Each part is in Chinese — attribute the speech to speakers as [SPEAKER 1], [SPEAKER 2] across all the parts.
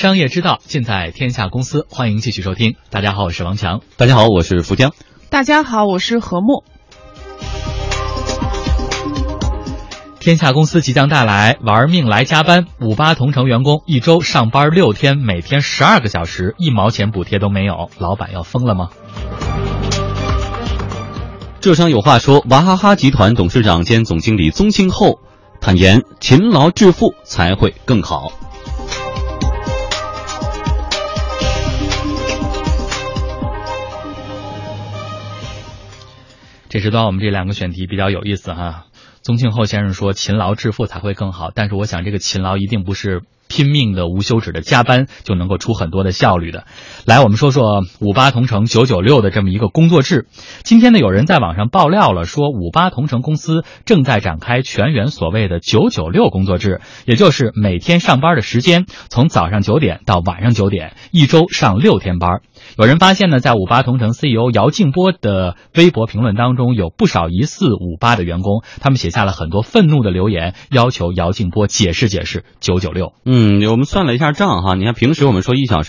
[SPEAKER 1] 商业之道尽在天下公司，欢迎继续收听。大家好，我是王强。
[SPEAKER 2] 大家好，我是福江。
[SPEAKER 3] 大家好，我是何木。
[SPEAKER 1] 天下公司即将带来玩命来加班，58同城员工一周上班6天，每天12个小时，1毛钱补贴都没有，老板要疯了吗？
[SPEAKER 2] 浙商有话说，娃哈哈集团董事长兼总经理宗庆后坦言，勤劳致富才会更好。
[SPEAKER 1] 这时段我们这两个选题比较有意思哈。宗庆后先生说勤劳致富才会更好，但是我想这个勤劳一定不是拼命的无休止的加班就能够出很多的效率的。来，我们说说58同城996的这么一个工作制。今天呢，有人在网上爆料了，说58同城公司正在展开全员所谓的996工作制，也就是每天上班的时间从早上9点到晚上9点，一周上6天班。有人发现呢，在58同城 CEO 姚劲波的微博评论当中，有不少疑似58的员工，他们写下了很多愤怒的留言，要求姚劲波解释996。
[SPEAKER 2] 我们算了一下账哈，你看平时我们说一周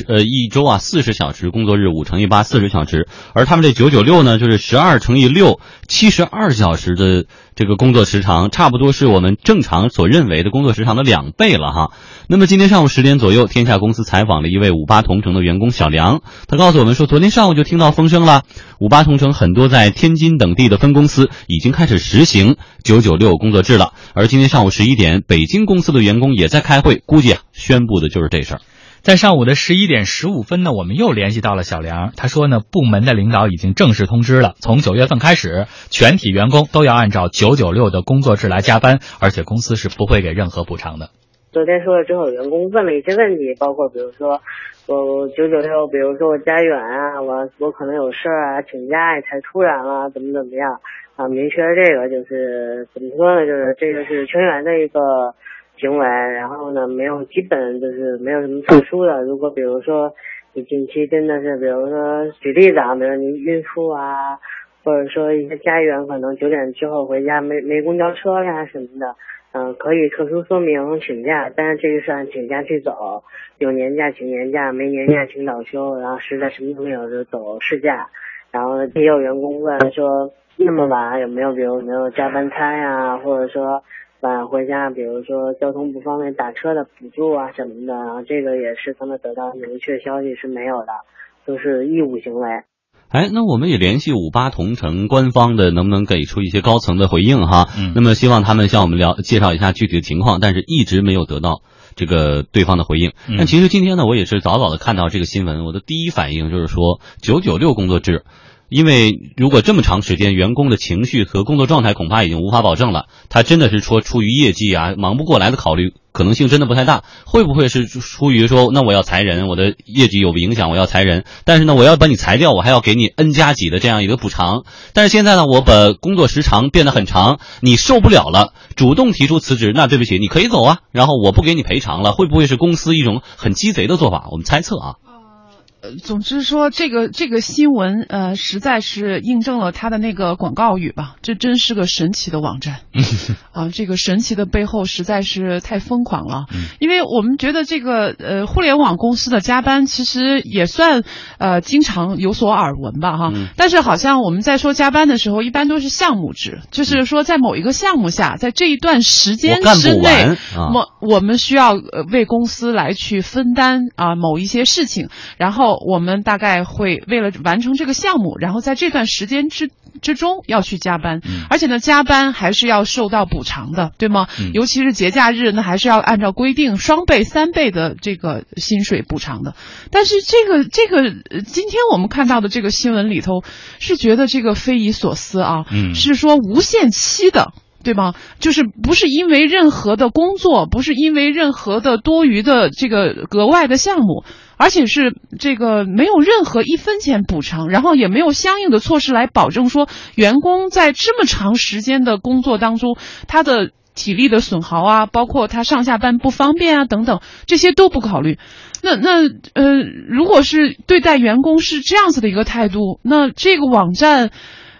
[SPEAKER 2] 40小时工作日，5乘以8 40小时，而他们这996呢，就是12乘以6 72小时的这个工作时长，差不多是我们正常所认为的工作时长的2倍了哈。那么今天上午10点左右，天下公司采访了一位58同城的员工小梁，他告诉我们说，昨天上午就听到风声了，58同城很多在天津等地的分公司已经开始实行996工作制了，而今天上午11点，北京公司的员工也在开会，估计宣布的就是这事儿。
[SPEAKER 1] 在上午的11点15分呢，我们又联系到了小梁，他说呢，部门的领导已经正式通知了，从9月份开始，全体员工都要按照996的工作制来加班，而且公司是不会给任何补偿的。
[SPEAKER 4] 昨天说了之后，员工问了一些问题，包括比如说我996，比如说我家远啊，我可能有事啊，请假也太突然了，怎么样啊？明确了这个就是怎么说呢？就是这个是全员的一个行为，然后呢，没有基本就是没有什么特殊的。如果比如说你近期真的是，比如说举例子啊，比如你孕妇啊，或者说一些家员可能9点之后回家没公交车呀什么的。可以特殊说明请假，但是这个是按请假去走，有年假请年假，没年假请倒休，然后实在什么都没有就走事假。然后也有员工问说，那么晚有没有加班餐呀，或者说晚回家，比如说交通不方便打车的补助啊什么的，然后这个也是他们得到明确消息是没有的，都是义务行为。
[SPEAKER 2] 那我们也联系58同城官方的，能不能给出一些高层的回应哈？那么希望他们向我们介绍一下具体的情况，但是一直没有得到这个对方的回应。但其实今天呢，我也是早早的看到这个新闻，我的第一反应就是说996工作制。因为如果这么长时间，员工的情绪和工作状态恐怕已经无法保证了，他真的是说出于业绩啊忙不过来的考虑，可能性真的不太大。会不会是出于说，那我要裁人，我的业绩有影响，我要裁人，但是呢我要把你裁掉，我还要给你 N 加几的这样一个补偿。但是现在呢，我把工作时长变得很长，你受不了了，主动提出辞职，那对不起，你可以走啊，然后我不给你赔偿了。会不会是公司一种很鸡贼的做法？我们猜测啊。
[SPEAKER 3] 总之说这个新闻实在是印证了他的那个广告语吧，这真是个神奇的网站这个神奇的背后实在是太疯狂了。因为我们觉得这个互联网公司的加班其实也算经常有所耳闻吧哈，但是好像我们在说加班的时候一般都是项目制，就是说在某一个项目下，在这一段时间之内我们需要为公司来去分担某一些事情，然后我们大概会为了完成这个项目，然后在这段时间之中要去加班，而且呢加班还是要受到补偿的，对吗？尤其是节假日，那还是要按照规定2倍3倍的这个薪水补偿的。但是这个今天我们看到的这个新闻里头是觉得这个匪夷所思啊，是说无限期的，对吗？就是不是因为任何的工作，不是因为任何的多余的这个额外的项目，而且是这个没有任何1分钱补偿，然后也没有相应的措施来保证说员工在这么长时间的工作当中，他的体力的损耗啊，包括他上下班不方便啊等等，这些都不考虑。如果是对待员工是这样子的一个态度，那这个网站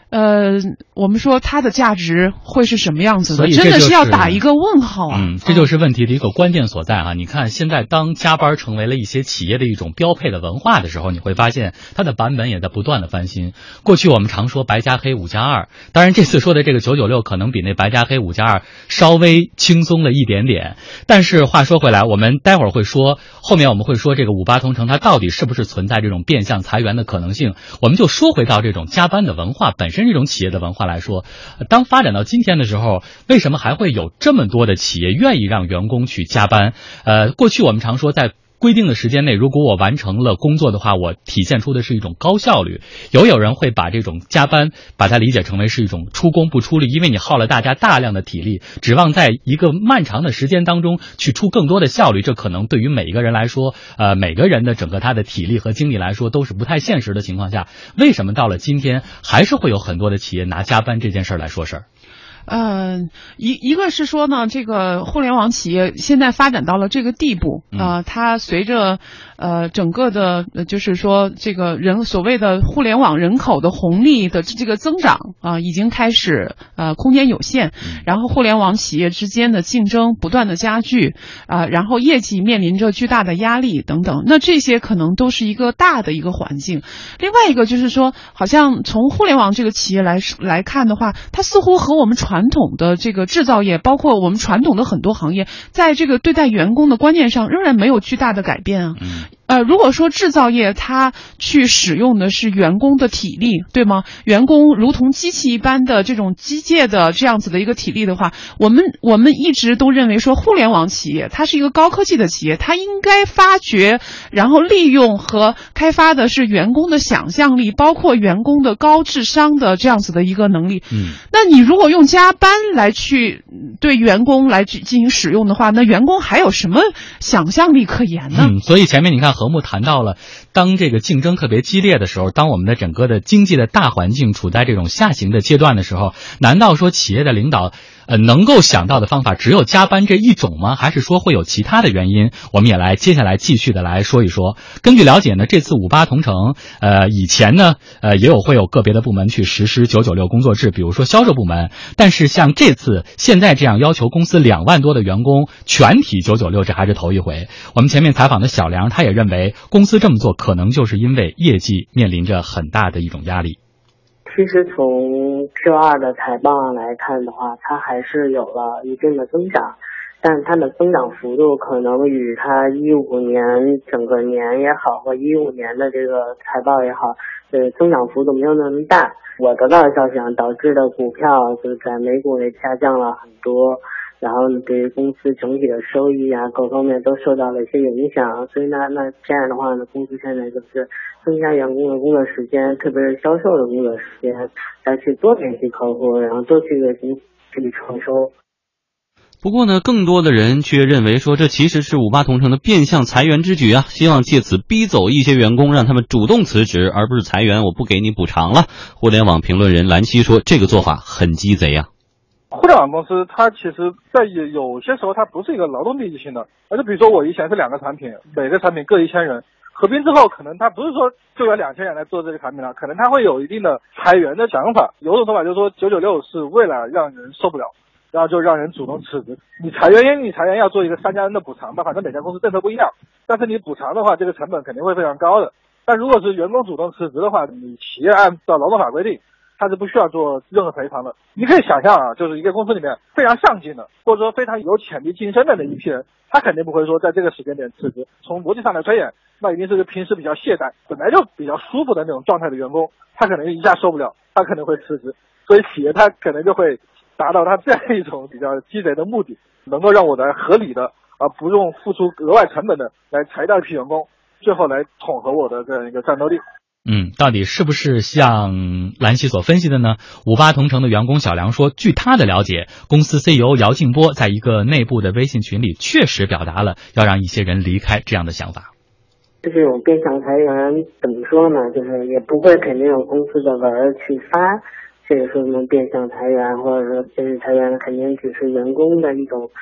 [SPEAKER 3] 我们说它的价值会是什么样子的？
[SPEAKER 1] 所以
[SPEAKER 3] 真的是要打一个问号啊！
[SPEAKER 1] 这就是问题的一个关键所在啊！你看，现在当加班成为了一些企业的一种标配的文化的时候，你会发现它的版本也在不断的翻新。过去我们常说白加黑5+2，当然这次说的这个996可能比那白加黑5+2稍微轻松了一点点。但是话说回来，我们待会儿会说，后面我们会说这个58同城它到底是不是存在这种变相裁员的可能性？我们就说回到这种加班的文化本身，这种企业的文化来说，当发展到今天的时候，为什么还会有这么多的企业愿意让员工去加班？过去我们常说在规定的时间内，如果我完成了工作的话，我体现出的是一种高效率。有人会把这种加班把它理解成为是一种出工不出力，因为你耗了大家大量的体力，指望在一个漫长的时间当中去出更多的效率，这可能对于每一个人来说，每个人的整个他的体力和精力来说都是不太现实的情况下，为什么到了今天还是会有很多的企业拿加班这件事儿来说事儿？
[SPEAKER 3] 一个是说呢，这个互联网企业现在发展到了这个地步，它随着整个的就是说这个所谓的互联网人口的红利的这个增长已经开始空间有限，然后互联网企业之间的竞争不断的加剧然后业绩面临着巨大的压力等等，那这些可能都是一个大的一个环境。另外一个就是说，好像从互联网这个企业来看的话，它似乎和我们传统的这个制造业，包括我们传统的很多行业，在这个对待员工的观念上仍然没有巨大的改变啊。如果说制造业它去使用的是员工的体力，对吗？员工如同机器一般的这种机械的这样子的一个体力的话，我们一直都认为说互联网企业它是一个高科技的企业，它应该发掘然后利用和开发的是员工的想象力，包括员工的高智商的这样子的一个能力。那你如果用加班来去对员工来进行使用的话，那员工还有什么想象力可言呢？
[SPEAKER 1] 所以前面你看何木谈到了，当这个竞争特别激烈的时候，当我们的整个的经济的大环境处在这种下行的阶段的时候，难道说企业的领导能够想到的方法只有加班这一种吗？还是说会有其他的原因？我们也来接下来继续的来说一说。根据了解呢，这次58同城以前呢会有个别的部门去实施996工作制，比如说销售部门，但是像这次现在这样要求公司2万多的员工全体996，这还是头一回。我们前面采访的小梁他也认为，公司这么做可能就是因为业绩面临着很大的一种压力。
[SPEAKER 4] 其实从 Q2 的财报上来看的话，它还是有了一定的增长，但它的增长幅度可能与它15年整个年也好，或15年的这个财报也好，增长幅度没有那么大。我得到的消息导致的股票就在美股也下降了很多，然后对于公司整体的收益各方面都受到了一些影响，所以那这样的话呢，公司现在就是增加员工的工作时间，特别是销售的工作时间，来去多联系客户，然后多去为公司去创收。
[SPEAKER 2] 不过呢，更多的人却认为说，这其实是58同城的变相裁员之举啊，希望借此逼走一些员工，让他们主动辞职，而不是裁员，我不给你补偿了。互联网评论人兰溪说，这个做法很鸡贼啊。
[SPEAKER 5] 互联网公司它其实在有些时候它不是一个劳动密集型的，而且比如说我以前是2个产品，每个产品各1000人，合并之后可能它不是说就有2000人来做这个产品了，可能它会有一定的裁员的想法。有种说法就是说996是为了让人受不了，然后就让人主动辞职。你裁员要做一个3家人的补偿吧，反正每家公司政策不一样，但是你补偿的话这个成本肯定会非常高的。但如果是员工主动辞职的话，你企业按照劳动法规定他是不需要做任何赔偿的。你可以想象就是一个公司里面非常上进的，或者说非常有潜力晋升的那一批人，他肯定不会说在这个时间点辞职。从逻辑上来推演，那一定是个平时比较懈怠，本来就比较舒服的那种状态的员工，他可能一下受不了，他可能会辞职。所以企业他可能就会达到他这样一种比较鸡贼的目的，能够让我来合理的不用付出额外成本的来裁掉一批员工，最后来统合我的这样一个战斗力。
[SPEAKER 1] 到底是不是像兰溪所分析的呢？58同城的员工小梁说，据他的了解，公司 CEO 姚劲波在一个内部的微信群里确实表达了要让一些人离开这样的想法。
[SPEAKER 4] 这种变相裁员怎么说呢，就是也不会肯定有公司的文去发这个说什么变相裁员，或者说这是裁员，肯定只是员工的一种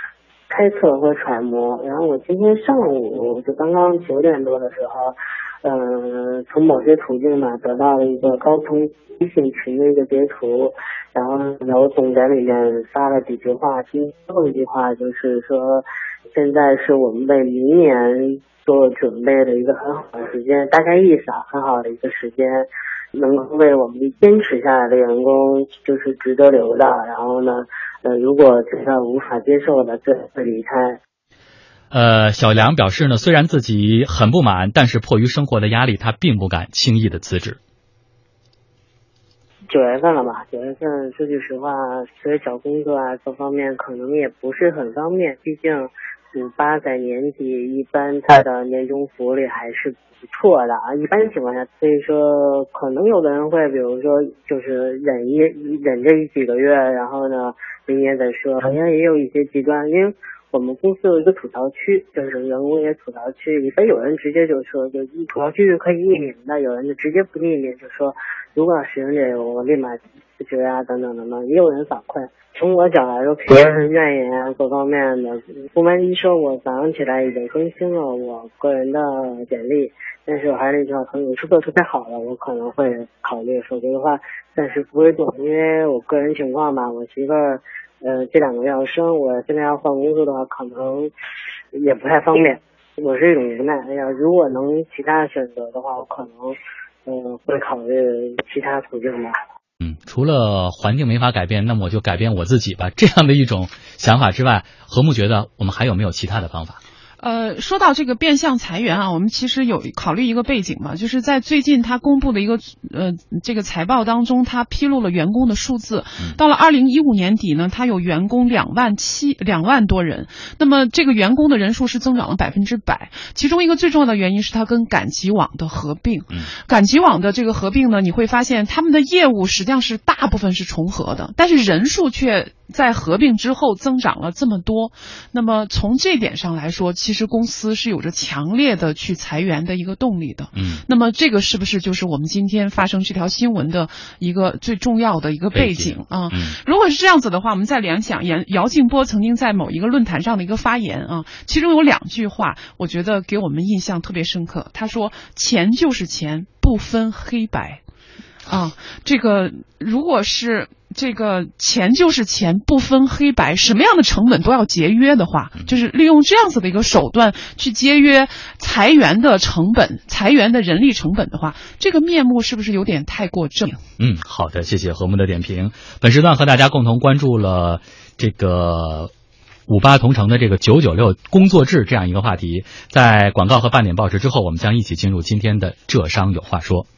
[SPEAKER 4] 猜测和揣摩。然后我今天上午就刚刚9点多的时候，从某些途径嘛得到了一个高通微信群的一个截图，然后我总在里面发了几句话，其中最后一句话就是说，现在是我们为明年做准备的一个很好的时间，大概意思啊，很好的一个时间，能够为我们坚持下来的员工就是值得留的。然后呢，如果真的无法接受的，就会离开。
[SPEAKER 1] 小梁表示呢，虽然自己很不满，但是迫于生活的压力，他并不敢轻易的辞职。
[SPEAKER 4] 9月份了嘛，9月份说句实话，所以找工作啊各方面可能也不是很方便，毕竟58在年底一般他的年终福利还是不错的啊，一般情况下，所以说可能有的人会比如说就是忍这几个月，然后呢明年再说，好像也有一些极端，因为我们公司有一个吐槽区，就是员工也吐槽区，里边有人直接就说，就吐槽区是可以匿名的，有人就直接不匿名，就说如果要使用这个，我立马辞职啊，等等等等，也有人反馈。从我角来说，别人怨言啊，各方面的，不瞒您说，我早上起来已经更新了我个人的简历，但是我还是那句话，可能有时做特别好的，我可能会考虑，否则的话暂时不会做，因为我个人情况吧，我媳妇儿这2个月要生，我现在要换工作的话，可能也不太方便。我是一种无奈。哎呀，如果能其他选择的话，我可能会考虑其他途径吧。
[SPEAKER 1] 除了环境没法改变，那么我就改变我自己吧。这样的一种想法之外，何木觉得我们还有没有其他的方法？
[SPEAKER 3] 说到这个变相裁员啊，我们其实有考虑一个背景嘛，就是在最近他公布的一个这个财报当中，他披露了员工的数字。到了2015年底呢，他有员工2万多人，那么这个员工的人数是增长了100%。其中一个最重要的原因是他跟赶集网的合并。赶集网的这个合并呢，你会发现他们的业务实际上是大部分是重合的，但是人数却在合并之后增长了这么多。那么从这点上来说，其实公司是有着强烈的去裁员的一个动力的。那么这个是不是就是我们今天发生这条新闻的一个最重要的一个背景啊？如果是这样子的话，我们再联想姚劲波曾经在某一个论坛上的一个发言啊，其中有2句话我觉得给我们印象特别深刻。他说钱就是钱，不分黑白啊，这个如果是这个钱就是钱，不分黑白，什么样的成本都要节约的话，就是利用这样子的一个手段去节约裁员的成本，裁员的人力成本的话，这个面目是不是有点太过正？
[SPEAKER 1] 好的，谢谢何木的点评。本时段和大家共同关注了这个58同城的这个996工作制这样一个话题。在广告和半点报时之后，我们将一起进入今天的浙商有话说。